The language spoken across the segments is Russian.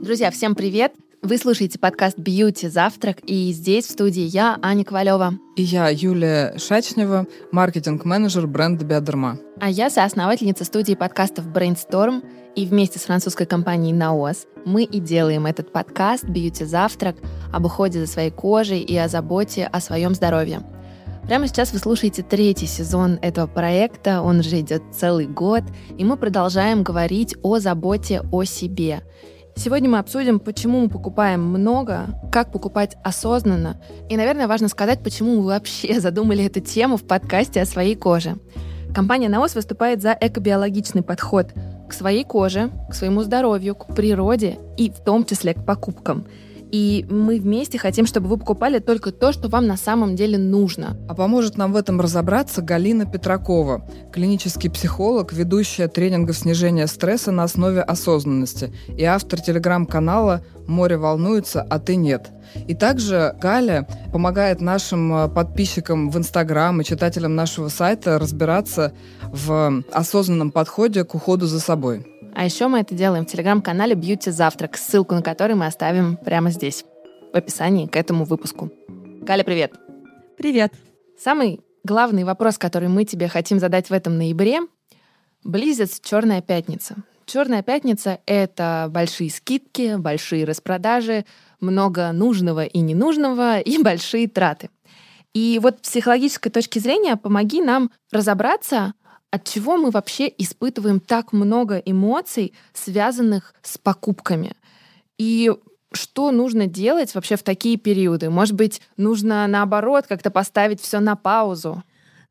Друзья, всем привет! Вы слушаете подкаст «Бьюти Завтрак», и здесь в студии я, Аня Ковалева. И я, Юлия Шачнева, маркетинг-менеджер бренда «Биодерма». А я соосновательница студии подкастов Brainstorm, и вместе с французской компанией Naos мы и делаем этот подкаст «Бьюти Завтрак» об уходе за своей кожей и о заботе о своем здоровье. Прямо сейчас вы слушаете 3-й сезон этого проекта, он уже идет целый год, и мы продолжаем говорить о заботе о себе. Сегодня мы обсудим, почему мы покупаем много, как покупать осознанно, и, наверное, важно сказать, почему мы вообще задумали эту тему в подкасте о своей коже. Компания Naos выступает за экобиологичный подход к своей коже, к своему здоровью, к природе и в том числе к покупкам. И мы вместе хотим, чтобы вы покупали только то, что вам на самом деле нужно. А поможет нам в этом разобраться Галина Петракова, клинический психолог, ведущая тренингов снижения стресса на основе осознанности и автор телеграм-канала «Море волнуется, а ты нет». И также Галя помогает нашим подписчикам в Инстаграм и читателям нашего сайта разбираться в осознанном подходе к уходу за собой. А еще мы это делаем в телеграм-канале «Бьюти Завтрак», ссылку на который мы оставим прямо здесь, в описании к этому выпуску. Галя, привет! Привет! Самый главный вопрос, который мы тебе хотим задать в этом ноябре — близится Черная пятница. Черная пятница — это большие скидки, большие распродажи, много нужного и ненужного и большие траты. И вот с психологической точки зрения помоги нам разобраться, от чего мы вообще испытываем так много эмоций, связанных с покупками. И что нужно делать вообще в такие периоды? Может быть, нужно, наоборот, как-то поставить все на паузу?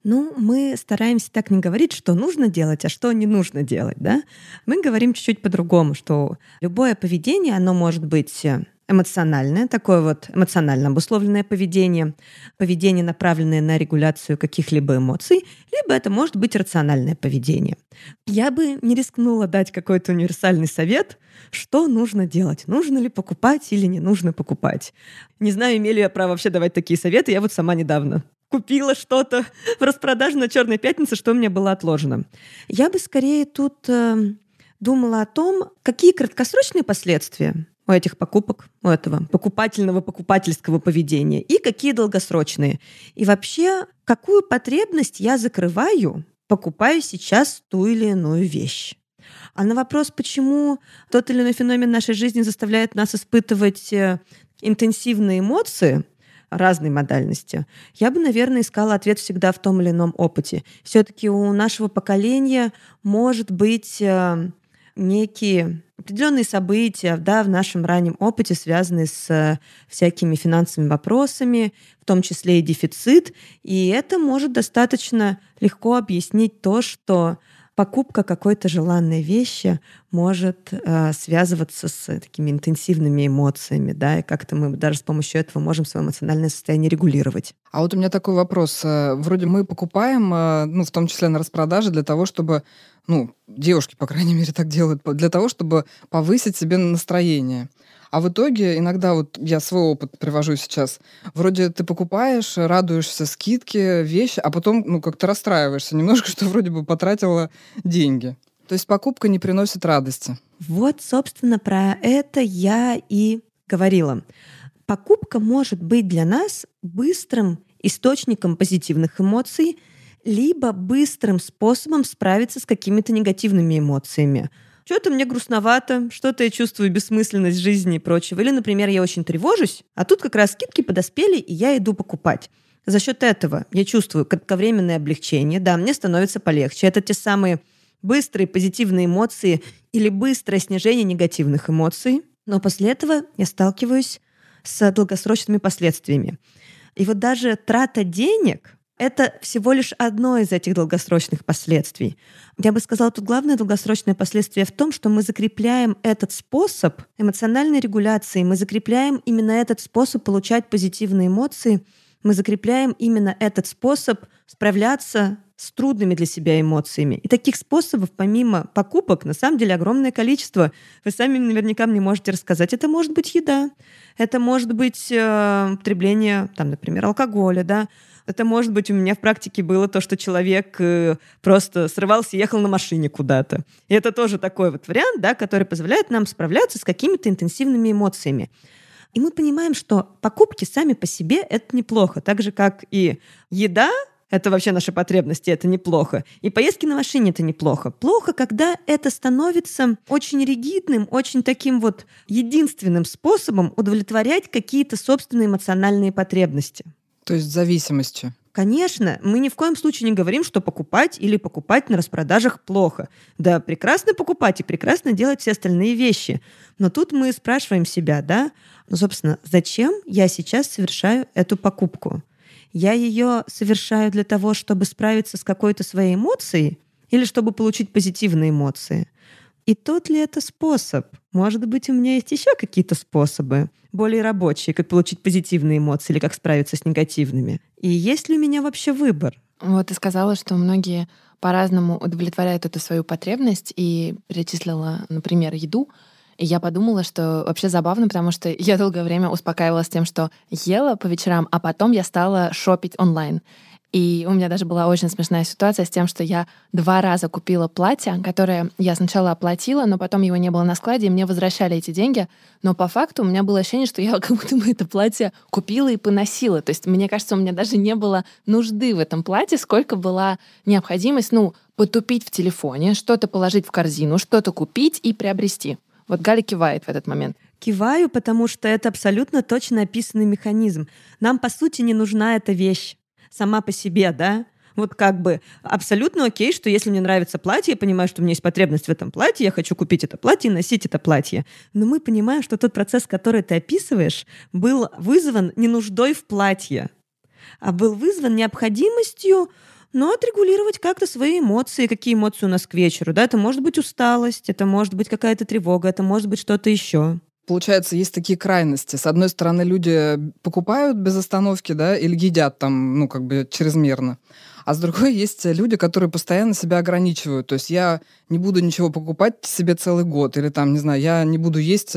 Мы стараемся так не говорить, что нужно делать, а что не нужно делать, да? Мы говорим чуть-чуть по-другому, что любое поведение, оно может быть эмоциональное, такое вот эмоционально обусловленное поведение, поведение, направленное на регуляцию каких-либо эмоций, либо это может быть рациональное поведение. Я бы не рискнула дать какой-то универсальный совет, что нужно делать, нужно ли покупать или не нужно покупать. Не знаю, имею ли я право вообще давать такие советы, я вот сама недавно купила что-то в распродаже на Черной пятнице, что у меня было отложено. Я бы скорее тут думала о том, какие краткосрочные последствия у этих покупок, у этого покупательского поведения, и какие долгосрочные. И вообще, какую потребность я закрываю, покупая сейчас ту или иную вещь. А на вопрос, почему тот или иной феномен нашей жизни заставляет нас испытывать интенсивные эмоции разной модальности, я бы, наверное, искала ответ всегда в том или ином опыте. Все-таки у нашего поколения может быть некие определенные события, да, в нашем раннем опыте, связанные с всякими финансовыми вопросами, в том числе и дефицит. И это может достаточно легко объяснить то, что покупка какой-то желанной вещи может связываться с такими интенсивными эмоциями, да, и как-то мы даже с помощью этого можем свое эмоциональное состояние регулировать. А вот у меня такой вопрос. Вроде мы покупаем, в том числе на распродаже, для того, чтобы, девушки, по крайней мере, так делают, для того, чтобы повысить себе настроение. А в итоге иногда, вот я свой опыт привожу сейчас, вроде ты покупаешь, радуешься скидке, вещи, а потом как-то расстраиваешься немножко, что вроде бы потратила деньги. То есть покупка не приносит радости. Вот, собственно, про это я и говорила. Покупка может быть для нас быстрым источником позитивных эмоций, либо быстрым способом справиться с какими-то негативными эмоциями. Что-то мне грустновато, что-то я чувствую бессмысленность жизни и прочего. Или, например, я очень тревожусь, а тут как раз скидки подоспели, и я иду покупать. За счет этого я чувствую кратковременное облегчение, да, мне становится полегче. Это те самые быстрые позитивные эмоции или быстрое снижение негативных эмоций. Но после этого я сталкиваюсь с долгосрочными последствиями. И вот даже трата денег — это всего лишь одно из этих долгосрочных последствий. Я бы сказала, тут главное долгосрочное последствие в том, что мы закрепляем этот способ эмоциональной регуляции, мы закрепляем именно этот способ получать позитивные эмоции, мы закрепляем именно этот способ справляться с трудными для себя эмоциями. И таких способов, помимо покупок, на самом деле огромное количество. Вы сами наверняка мне можете рассказать. Это может быть еда, это может быть употребление, например, алкоголя, да. Это, может быть, у меня в практике было то, что человек просто срывался и ехал на машине куда-то. И это тоже такой вот вариант, да, который позволяет нам справляться с какими-то интенсивными эмоциями. И мы понимаем, что покупки сами по себе — это неплохо. Так же, как и еда — это вообще наши потребности, это неплохо. И поездки на машине — это неплохо. Плохо, когда это становится очень ригидным, очень таким вот единственным способом удовлетворять какие-то собственные эмоциональные потребности. То есть зависимостью. Конечно, мы ни в коем случае не говорим, что покупать или покупать на распродажах плохо. Да, прекрасно покупать и прекрасно делать все остальные вещи. Но тут мы спрашиваем себя, да, собственно, зачем я сейчас совершаю эту покупку? Я ее совершаю для того, чтобы справиться с какой-то своей эмоцией или чтобы получить позитивные эмоции? И тот ли это способ? Может быть, у меня есть еще какие-то способы, более рабочие, как получить позитивные эмоции или как справиться с негативными? И есть ли у меня вообще выбор? Вот ты сказала, что многие по-разному удовлетворяют эту свою потребность, и перечислила, например, еду. И я подумала, что вообще забавно, потому что я долгое время успокаивалась тем, что ела по вечерам, а потом я стала шопить онлайн. И у меня даже была очень смешная ситуация с тем, что я 2 раза купила платье, которое я сначала оплатила, но потом его не было на складе, и мне возвращали эти деньги. Но по факту у меня было ощущение, что я как будто бы это платье купила и поносила. То есть, мне кажется, у меня даже не было нужды в этом платье, сколько была необходимость, потупить в телефоне, что-то положить в корзину, что-то купить и приобрести. Вот Галя кивает в этот момент. Киваю, потому что это абсолютно точно описанный механизм. Нам, по сути, не нужна эта вещь сама по себе, да? Вот как бы абсолютно окей, что если мне нравится платье, я понимаю, что у меня есть потребность в этом платье, я хочу купить это платье и носить это платье. Но мы понимаем, что тот процесс, который ты описываешь, был вызван не нуждой в платье, а был вызван необходимостью, отрегулировать как-то свои эмоции, какие эмоции у нас к вечеру. Да? Это может быть усталость, это может быть какая-то тревога, это может быть что-то еще. Получается, есть такие крайности. С одной стороны, люди покупают без остановки, да, или едят там, чрезмерно. А с другой есть люди, которые постоянно себя ограничивают. То есть я не буду ничего покупать себе целый год. Или там, не знаю, я не буду есть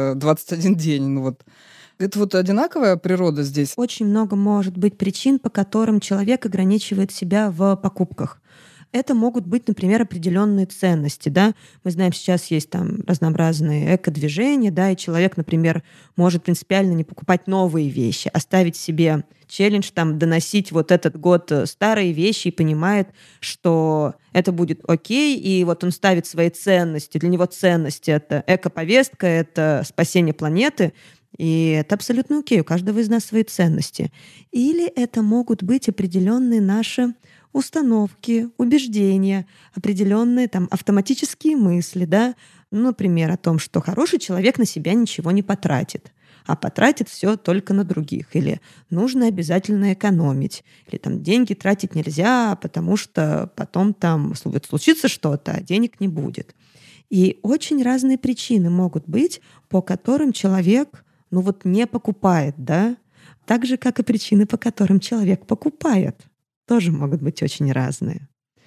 21 день. Это вот одинаковая природа здесь? Очень много может быть причин, по которым человек ограничивает себя в покупках. Это могут быть, например, определенные ценности. Да? Мы знаем, сейчас есть там разнообразные эко-движения, да, и человек, например, может принципиально не покупать новые вещи, оставить себе челлендж, доносить вот этот год старые вещи и понимает, что это будет окей, и вот он ставит свои ценности. Для него ценности — это эко-повестка, это спасение планеты, и это абсолютно окей, у каждого из нас свои ценности. Или это могут быть определенные наши установки, убеждения, определенные автоматические мысли, да, например, о том, что хороший человек на себя ничего не потратит, а потратит все только на других, или нужно обязательно экономить, или деньги тратить нельзя, потому что потом случится что-то, а денег не будет. И очень разные причины могут быть, по которым человек не покупает, да, так же, как и причины, по которым человек покупает. Тоже могут быть очень разные.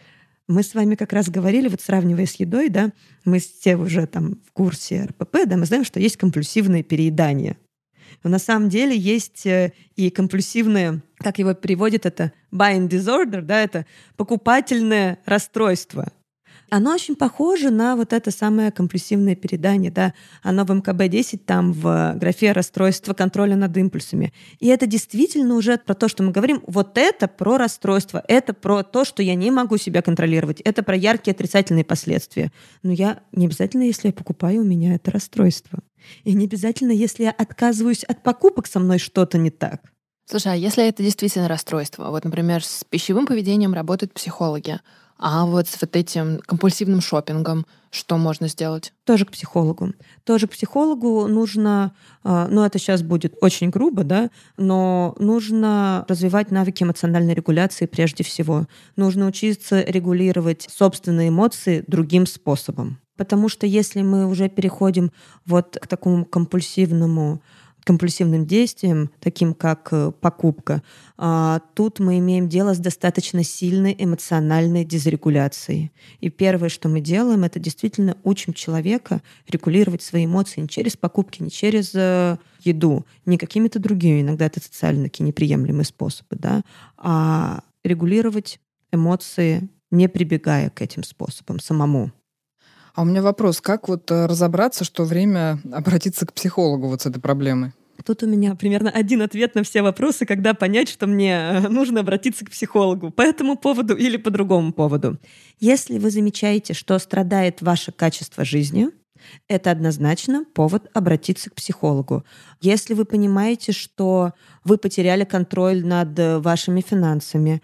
Мы с вами как раз говорили, сравнивая с едой, да, мы все уже в курсе РПП, да, мы знаем, что есть компульсивное переедание. Но на самом деле есть и компульсивное, как его переводят, это buying disorder, да, это покупательное расстройство. Оно очень похоже на это самое компульсивное переедание, да. Оно в МКБ-10, в графе расстройства контроля над импульсами. И это действительно уже про то, что мы говорим, вот это про расстройство, это про то, что я не могу себя контролировать, это про яркие отрицательные последствия. Но не обязательно, если я покупаю, у меня это расстройство. И не обязательно, если я отказываюсь от покупок, со мной что-то не так. Слушай, а если это действительно расстройство? Вот, например, с пищевым поведением работают психологи. А вот с этим компульсивным шопингом что можно сделать? Тоже к психологу. Тоже к психологу нужно, это сейчас будет очень грубо, да, но нужно развивать навыки эмоциональной регуляции прежде всего. Нужно учиться регулировать собственные эмоции другим способом. Потому что если мы уже переходим к такому компульсивному компульсивным действием, таким как покупка, тут мы имеем дело с достаточно сильной эмоциональной дисрегуляцией. И первое, что мы делаем, это действительно учим человека регулировать свои эмоции не через покупки, не через еду, не какими-то другими, иногда это социально такие неприемлемые способы, да, а регулировать эмоции, не прибегая к этим способам самому. А у меня вопрос, как вот разобраться, что время обратиться к психологу вот с этой проблемой? Тут у меня примерно один ответ на все вопросы, когда понять, что мне нужно обратиться к психологу по этому поводу или по другому поводу. Если вы замечаете, что страдает ваше качество жизни, это однозначно повод обратиться к психологу. Если вы понимаете, что вы потеряли контроль над вашими финансами,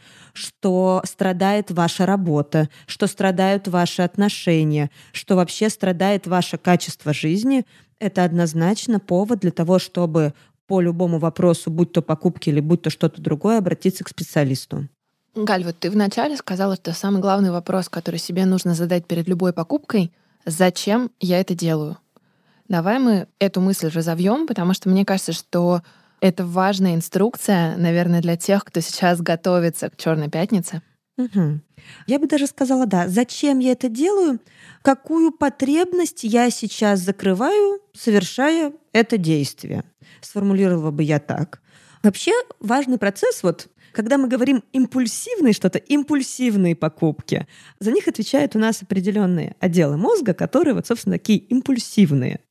что страдает ваша работа, что страдают ваши отношения, что вообще страдает ваше качество жизни, это однозначно повод для того, чтобы по любому вопросу, будь то покупки или будь то что-то другое, обратиться к специалисту. Галь, вот ты вначале сказала, что самый главный вопрос, который себе нужно задать перед любой покупкой — зачем я это делаю? Давай мы эту мысль разовьем, потому что мне кажется, что это важная инструкция, наверное, для тех, кто сейчас готовится к Черной пятнице. Угу. Я бы даже сказала, да, зачем я это делаю, какую потребность я сейчас закрываю, совершая это действие. Сформулировала бы я так. Вообще важный процесс, когда мы говорим импульсивные что-то, импульсивные покупки, за них отвечают у нас определенные отделы мозга, которые, собственно, такие импульсивные.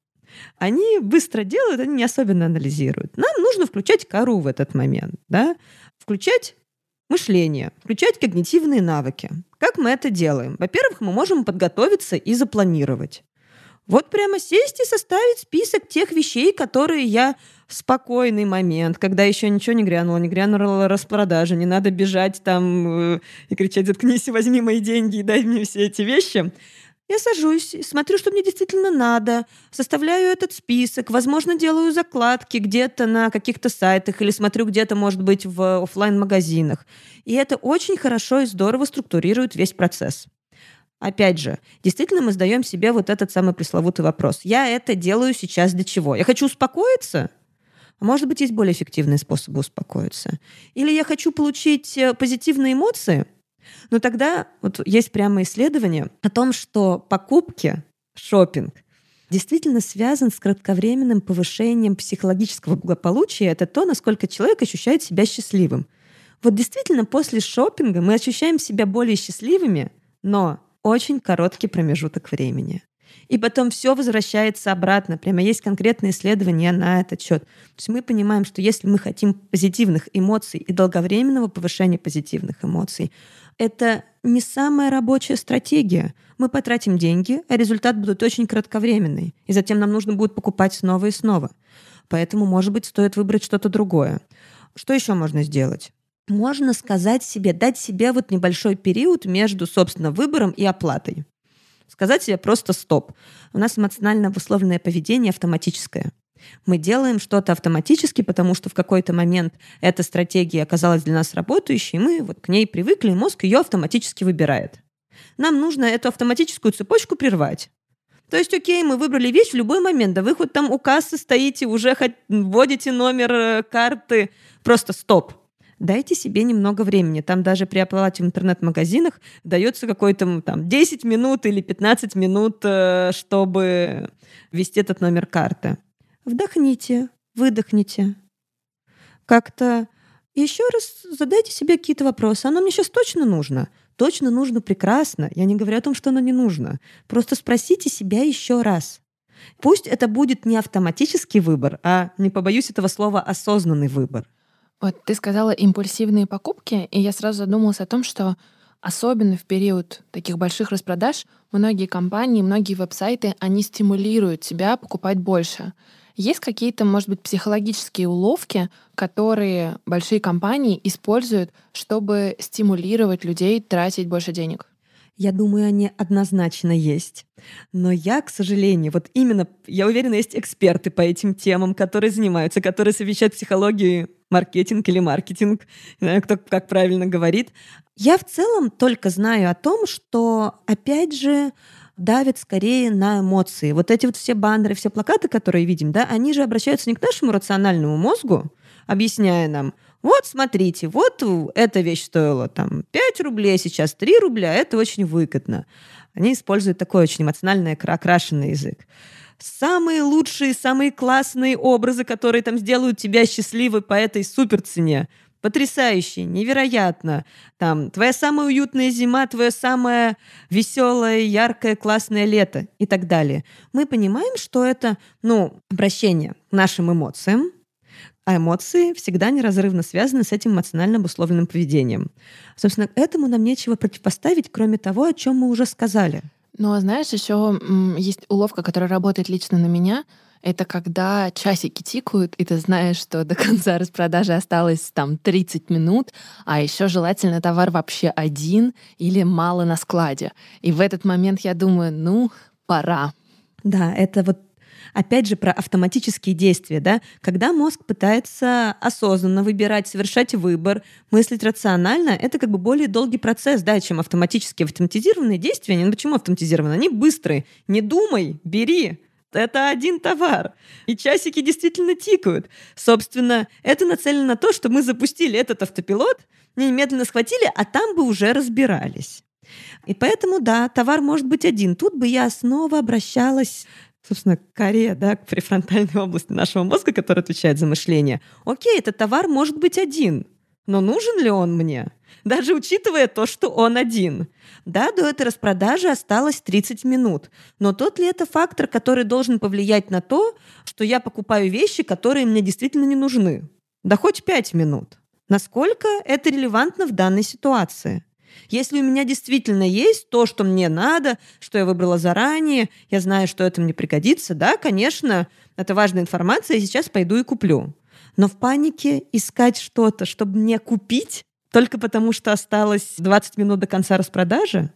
Они быстро делают, они не особенно анализируют. Нам нужно включать кору в этот момент, да? Включать мышление, включать когнитивные навыки. Как мы это делаем? Во-первых, мы можем подготовиться и запланировать. Вот прямо сесть и составить список тех вещей, которые я в спокойный момент, когда еще ничего не грянула распродажа, не надо бежать там и кричать: «Заткнись и возьми мои деньги и дай мне все эти вещи». Я сажусь, смотрю, что мне действительно надо, составляю этот список, возможно, делаю закладки где-то на каких-то сайтах или смотрю где-то, может быть, в офлайн-магазинах. И это очень хорошо и здорово структурирует весь процесс. Опять же, действительно мы задаем себе вот этот самый пресловутый вопрос. Я это делаю сейчас для чего? Я хочу успокоиться? А может быть, есть более эффективные способы успокоиться? Или я хочу получить позитивные эмоции? Но тогда есть прямо исследование о том, что покупки, шопинг, действительно связан с кратковременным повышением психологического благополучия. Это то, насколько человек ощущает себя счастливым. Действительно, после шопинга мы ощущаем себя более счастливыми, но очень короткий промежуток времени. И потом все возвращается обратно. Прямо есть конкретные исследования на этот счет. То есть мы понимаем, что если мы хотим позитивных эмоций и долговременного повышения позитивных эмоций, это не самая рабочая стратегия. Мы потратим деньги, а результат будет очень кратковременный. И затем нам нужно будет покупать снова и снова. Поэтому, может быть, стоит выбрать что-то другое. Что еще можно сделать? Можно сказать себе, дать себе небольшой период между, собственно, выбором и оплатой. Сказать себе просто стоп. У нас эмоционально обусловленное поведение автоматическое. Мы делаем что-то автоматически, потому что в какой-то момент эта стратегия оказалась для нас работающей, и мы к ней привыкли, и мозг ее автоматически выбирает. Нам нужно эту автоматическую цепочку прервать. То есть, окей, мы выбрали вещь в любой момент, да вы там у кассы стоите, уже вводите номер карты, просто стоп. Дайте себе немного времени. Там даже при оплате в интернет-магазинах дается какой-то 10 минут или 15 минут, чтобы ввести этот номер карты. Вдохните, выдохните. Как-то еще раз задайте себе какие-то вопросы. Оно мне сейчас точно нужно? Точно нужно, прекрасно. Я не говорю о том, что оно не нужно. Просто спросите себя еще раз. Пусть это будет не автоматический выбор, а, не побоюсь этого слова, осознанный выбор. Ты сказала импульсивные покупки, и я сразу задумалась о том, что особенно в период таких больших распродаж многие компании, многие веб-сайты, они стимулируют тебя покупать больше. Есть какие-то, может быть, психологические уловки, которые большие компании используют, чтобы стимулировать людей тратить больше денег? Я думаю, они однозначно есть. Но я, к сожалению, я уверена, есть эксперты по этим темам, которые занимаются, которые совмещают психологию, маркетинг или маркетинг, не знаю, кто как правильно говорит. Я в целом только знаю о том, что, опять же, давит скорее на эмоции. Вот эти вот все баннеры, все плакаты, которые видим, да, они же обращаются не к нашему рациональному мозгу, объясняя нам, вот смотрите, вот эта вещь стоила там 5 рублей, сейчас 3 рубля, это очень выгодно. Они используют такой очень эмоционально окрашенный язык. Самые лучшие, самые классные образы, которые там сделают тебя счастливой по этой суперцене. Потрясающе, невероятно. Там твоя самая уютная зима, твое самое веселое, яркое, классное лето и так далее. Мы понимаем, что это, обращение к нашим эмоциям, а эмоции всегда неразрывно связаны с этим эмоционально обусловленным поведением. Собственно, этому нам нечего противопоставить, кроме того, о чем мы уже сказали. Но знаешь, еще есть уловка, которая работает лично на меня. Это когда часики тикают, и ты знаешь, что до конца распродажи осталось там 30 минут, а еще желательно товар вообще один или мало на складе. И в этот момент я думаю, пора. Да, это вот опять же про автоматические действия, да? Когда мозг пытается осознанно выбирать, совершать выбор, мыслить рационально, это как бы более долгий процесс, да, чем автоматизированные действия. Почему автоматизированные? Они быстрые. Не думай, бери. Это один товар. И часики действительно тикают. Собственно, это нацелено на то, что мы запустили этот автопилот, немедленно схватили, а там бы уже разбирались. И поэтому, да, товар может быть один. Тут бы я снова обращалась, собственно, к коре, да, к префронтальной области нашего мозга, которая отвечает за мышление. Окей, этот товар может быть один, но нужен ли он мне? Даже учитывая то, что он один. Да, до этой распродажи осталось 30 минут. Но тот ли это фактор, который должен повлиять на то, что я покупаю вещи, которые мне действительно не нужны? Да хоть 5 минут. Насколько это релевантно в данной ситуации? Если у меня действительно есть то, что мне надо, что я выбрала заранее, я знаю, что это мне пригодится, да, конечно, это важная информация, я сейчас пойду и куплю. Но в панике искать что-то, чтобы мне купить, только потому что осталось 20 минут до конца распродажи?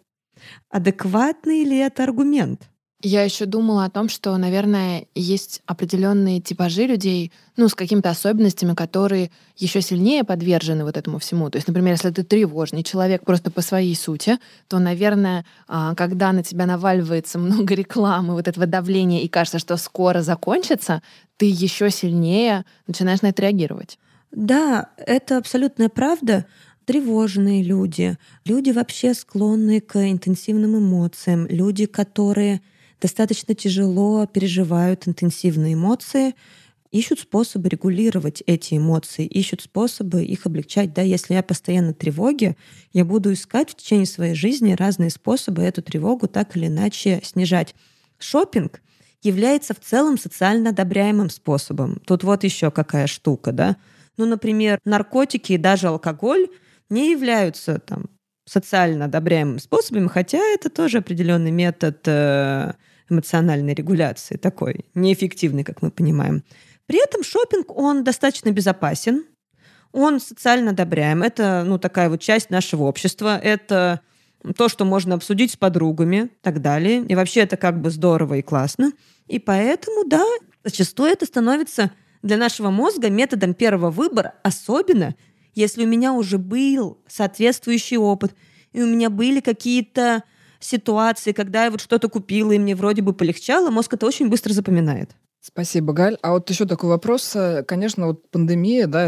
Адекватный ли это аргумент? Я еще думала о том, что, наверное, есть определенные типажи людей, с какими-то особенностями, которые еще сильнее подвержены вот этому всему. То есть, например, если ты тревожный человек просто по своей сути, то, наверное, когда на тебя наваливается много рекламы, вот этого давления, и кажется, что скоро закончится, ты еще сильнее начинаешь на это реагировать. Да, это абсолютная правда. Тревожные люди, люди вообще склонные к интенсивным эмоциям, люди, которые достаточно тяжело переживают интенсивные эмоции, ищут способы регулировать эти эмоции, ищут способы их облегчать. Да, если я постоянно в тревоге, я буду искать в течение своей жизни разные способы эту тревогу так или иначе снижать. Шопинг является в целом социально одобряемым способом. Тут вот еще какая штука, да. Например, наркотики и даже алкоголь не являются там социально одобряемыми способами, хотя это тоже определенный метод эмоциональной регуляции, такой неэффективный, как мы понимаем. При этом шопинг, он достаточно безопасен, он социально одобряем. Это такая вот часть нашего общества. Это то, что можно обсудить с подругами и так далее. И вообще это как бы здорово и классно. И поэтому, да, зачастую это становится для нашего мозга методом первого выбора, особенно если у меня уже был соответствующий опыт, и у меня были какие-то ситуации, когда я вот что-то купила, и мне вроде бы полегчало, мозг это очень быстро запоминает. Спасибо, Галь. А вот еще такой вопрос. Конечно, вот пандемия, да,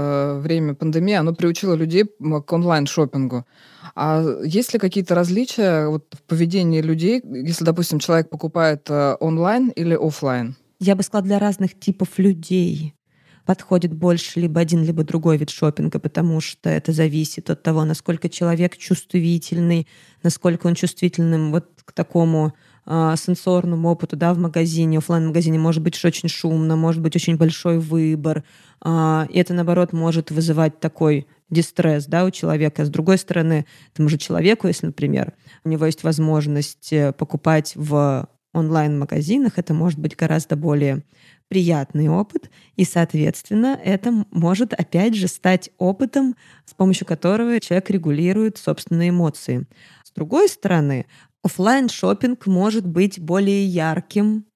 время пандемии, оно приучило людей к онлайн-шопингу. А есть ли какие-то различия в поведении людей, если, допустим, человек покупает онлайн или офлайн? Я бы сказала, для разных типов людей подходит больше либо один, либо другой вид шопинга, потому что это зависит от того, насколько человек чувствительный, насколько он чувствительным вот к такому сенсорному опыту, да, в магазине. Офлайн-магазине может быть очень шумно, может быть очень большой выбор. И это, наоборот, может вызывать такой дистресс, да, у человека. С другой стороны, тому же человеку, если, например, у него есть возможность покупать в онлайн-магазинах, это может быть гораздо более приятный опыт, и, соответственно, это может, опять же, стать опытом, с помощью которого человек регулирует собственные эмоции. С другой стороны, офлайн-шопинг может быть более ярким,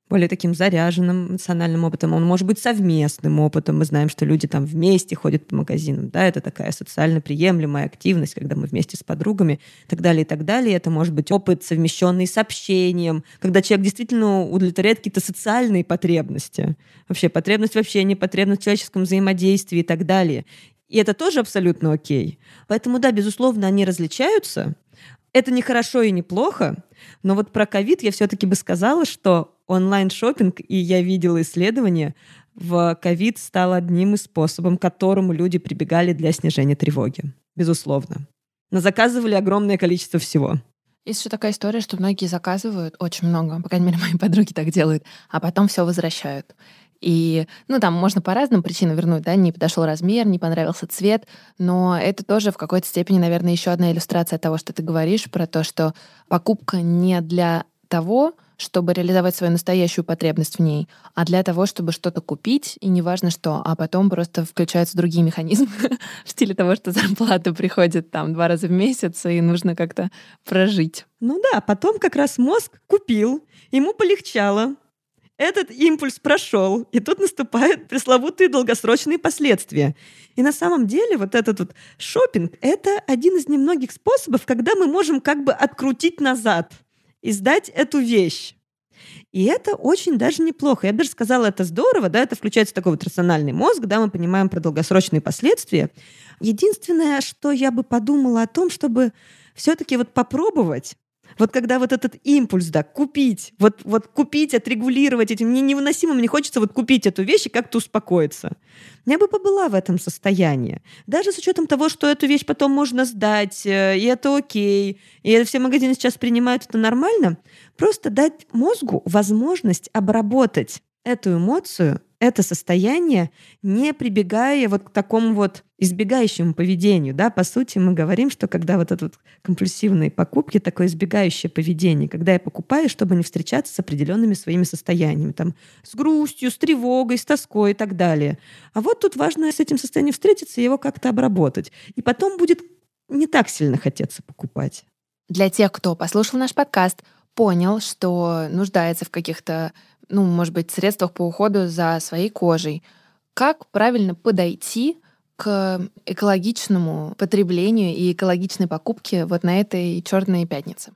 более таким заряженным эмоциональным опытом, он может быть совместным опытом. Мы знаем, что люди там вместе ходят по магазинам, да, это такая социально приемлемая активность, когда мы вместе с подругами и так далее, и так далее. Это может быть опыт, совмещенный с общением, когда человек действительно удовлетворяет какие-то социальные потребности. Вообще потребность в общении, потребность в человеческом взаимодействии и так далее. И это тоже абсолютно окей. Поэтому, да, безусловно, они различаются. Это не хорошо и не плохо, но вот про ковид я все-таки бы сказала, что онлайн-шоппинг, и я видела исследования, в ковид стал одним из способов, к которому люди прибегали для снижения тревоги. Безусловно. Но заказывали огромное количество всего. Есть еще такая история, что многие заказывают очень много, по крайней мере, мои подруги так делают, а потом все возвращают. И, там можно по разным причинам вернуть, да, не подошел размер, не понравился цвет, но это тоже в какой-то степени, наверное, еще одна иллюстрация того, что ты говоришь, про то, что покупка не для того, чтобы реализовать свою настоящую потребность в ней, а для того, чтобы что-то купить, и неважно что, а потом просто включаются другие механизмы в стиле того, что зарплата приходит 2 раза в месяц, и нужно как-то прожить. Ну да, потом как раз мозг купил, ему полегчало. Этот импульс прошел, и тут наступают пресловутые долгосрочные последствия. И на самом деле вот этот вот шопинг — это один из немногих способов, когда мы можем как бы открутить назад и сдать эту вещь. И это очень даже неплохо. Я бы даже сказала, это здорово, да, это включается такой вот рациональный мозг, да, мы понимаем про долгосрочные последствия. Единственное, что я бы подумала о том, чтобы все-таки вот попробовать, вот когда вот этот импульс, да, купить, вот купить, отрегулировать этим, мне невыносимо, мне хочется вот купить эту вещь и как-то успокоиться. Я бы побыла в этом состоянии. Даже с учетом того, что эту вещь потом можно сдать, и это окей, и все магазины сейчас принимают это нормально, просто дать мозгу возможность обработать эту эмоцию, это состояние, не прибегая вот к такому вот избегающему поведению. Да? По сути, мы говорим, что когда вот это вот компульсивные покупки, такое избегающее поведение, когда я покупаю, чтобы не встречаться с определенными своими состояниями, там, с грустью, с тревогой, с тоской и так далее. А вот тут важно с этим состоянием встретиться и его как-то обработать. И потом будет не так сильно хотеться покупать. Для тех, кто послушал наш подкаст, понял, что нуждается в каких-то, может быть, средствах по уходу за своей кожей. Как правильно подойти к экологичному потреблению и экологичной покупке вот на этой черной пятнице?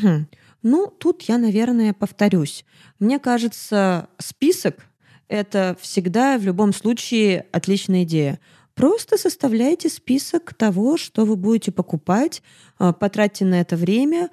Угу. Тут я, наверное, повторюсь. Мне кажется, список — это всегда в любом случае отличная идея. Просто составляйте список того, что вы будете покупать, потратьте на это время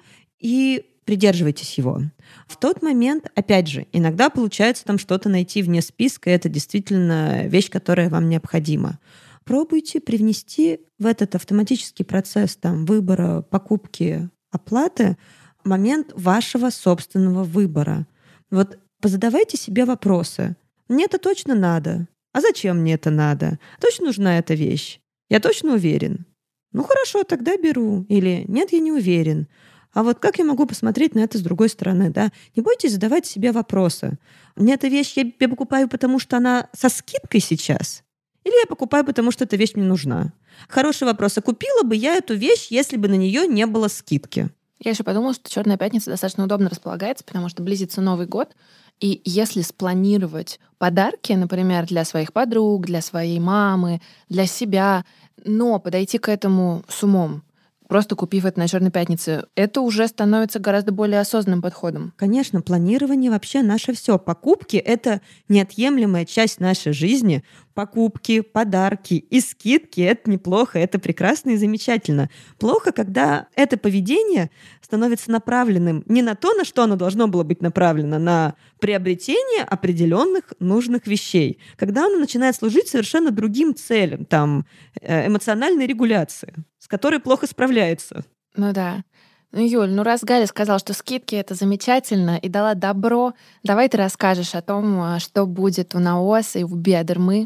и придерживайтесь его. В тот момент, опять же, иногда получается там что-то найти вне списка, и это действительно вещь, которая вам необходима. Пробуйте привнести в этот автоматический процесс выбора, покупки, оплаты момент вашего собственного выбора. Вот позадавайте себе вопросы. Мне это точно надо. А зачем мне это надо? Точно нужна эта вещь? Я точно уверен. Хорошо, тогда беру. Или нет, я не уверен. А вот как я могу посмотреть на это с другой стороны, да? Не бойтесь задавать себе вопросы. Мне эта вещь я покупаю, потому что она со скидкой сейчас? Или я покупаю, потому что эта вещь мне нужна? Хороший вопрос. А купила бы я эту вещь, если бы на нее не было скидки? Я еще подумала, что Черная пятница достаточно удобно располагается, потому что близится Новый год. И если спланировать подарки, например, для своих подруг, для своей мамы, для себя, но подойти к этому с умом, просто купив это на Черной пятнице, это уже становится гораздо более осознанным подходом. Конечно, планирование вообще наше все. Покупки — это неотъемлемая часть нашей жизни. Покупки, подарки и скидки — это неплохо, это прекрасно и замечательно. Плохо, когда это поведение становится направленным не на то, на что оно должно было быть направлено, на приобретение определенных нужных вещей. Когда оно начинает служить совершенно другим целям, эмоциональной регуляции, с которой плохо справляется. Ну да. Юль, раз Галя сказала, что скидки — это замечательно, и дала добро, давай ты расскажешь о том, что будет у НАОС и у Биодермы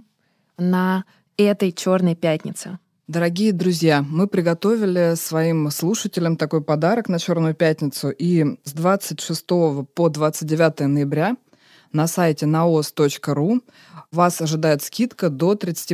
на этой Черной пятнице. Дорогие друзья, мы приготовили своим слушателям такой подарок на Черную пятницу. И с 26 по 29 ноября на сайте naos.ru вас ожидает скидка до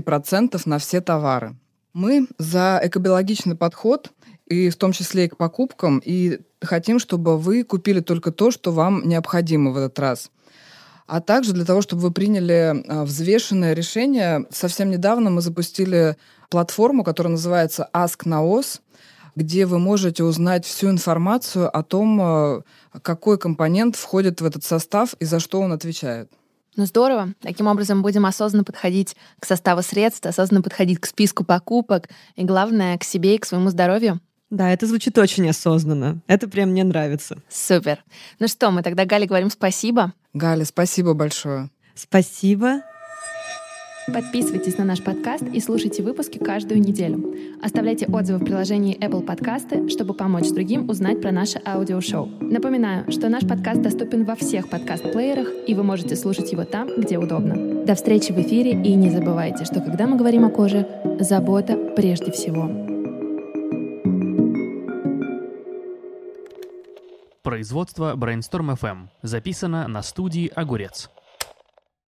30% на все товары. Мы за экобиологичный подход, и в том числе и к покупкам, и хотим, чтобы вы купили только то, что вам необходимо в этот раз. а также для того, чтобы вы приняли взвешенное решение. Совсем недавно мы запустили платформу, которая называется Ask Naos, где вы можете узнать всю информацию о том, какой компонент входит в этот состав и за что он отвечает. Ну здорово. Таким образом, будем осознанно подходить к составу средств, осознанно подходить к списку покупок и, главное, к себе и к своему здоровью. Да, это звучит очень осознанно. Это прям мне нравится. Супер. Ну что, мы тогда Гале говорим спасибо. Галя, спасибо большое. Спасибо. Подписывайтесь на наш подкаст и слушайте выпуски каждую неделю. Оставляйте отзывы в приложении Apple Podcasts, чтобы помочь другим узнать про наше аудиошоу. Напоминаю, что наш подкаст доступен во всех подкаст-плеерах, и вы можете слушать его там, где удобно. До встречи в эфире, и не забывайте, что когда мы говорим о коже, забота прежде всего. Производство Brainstorm FM. Записано на студии «Огурец».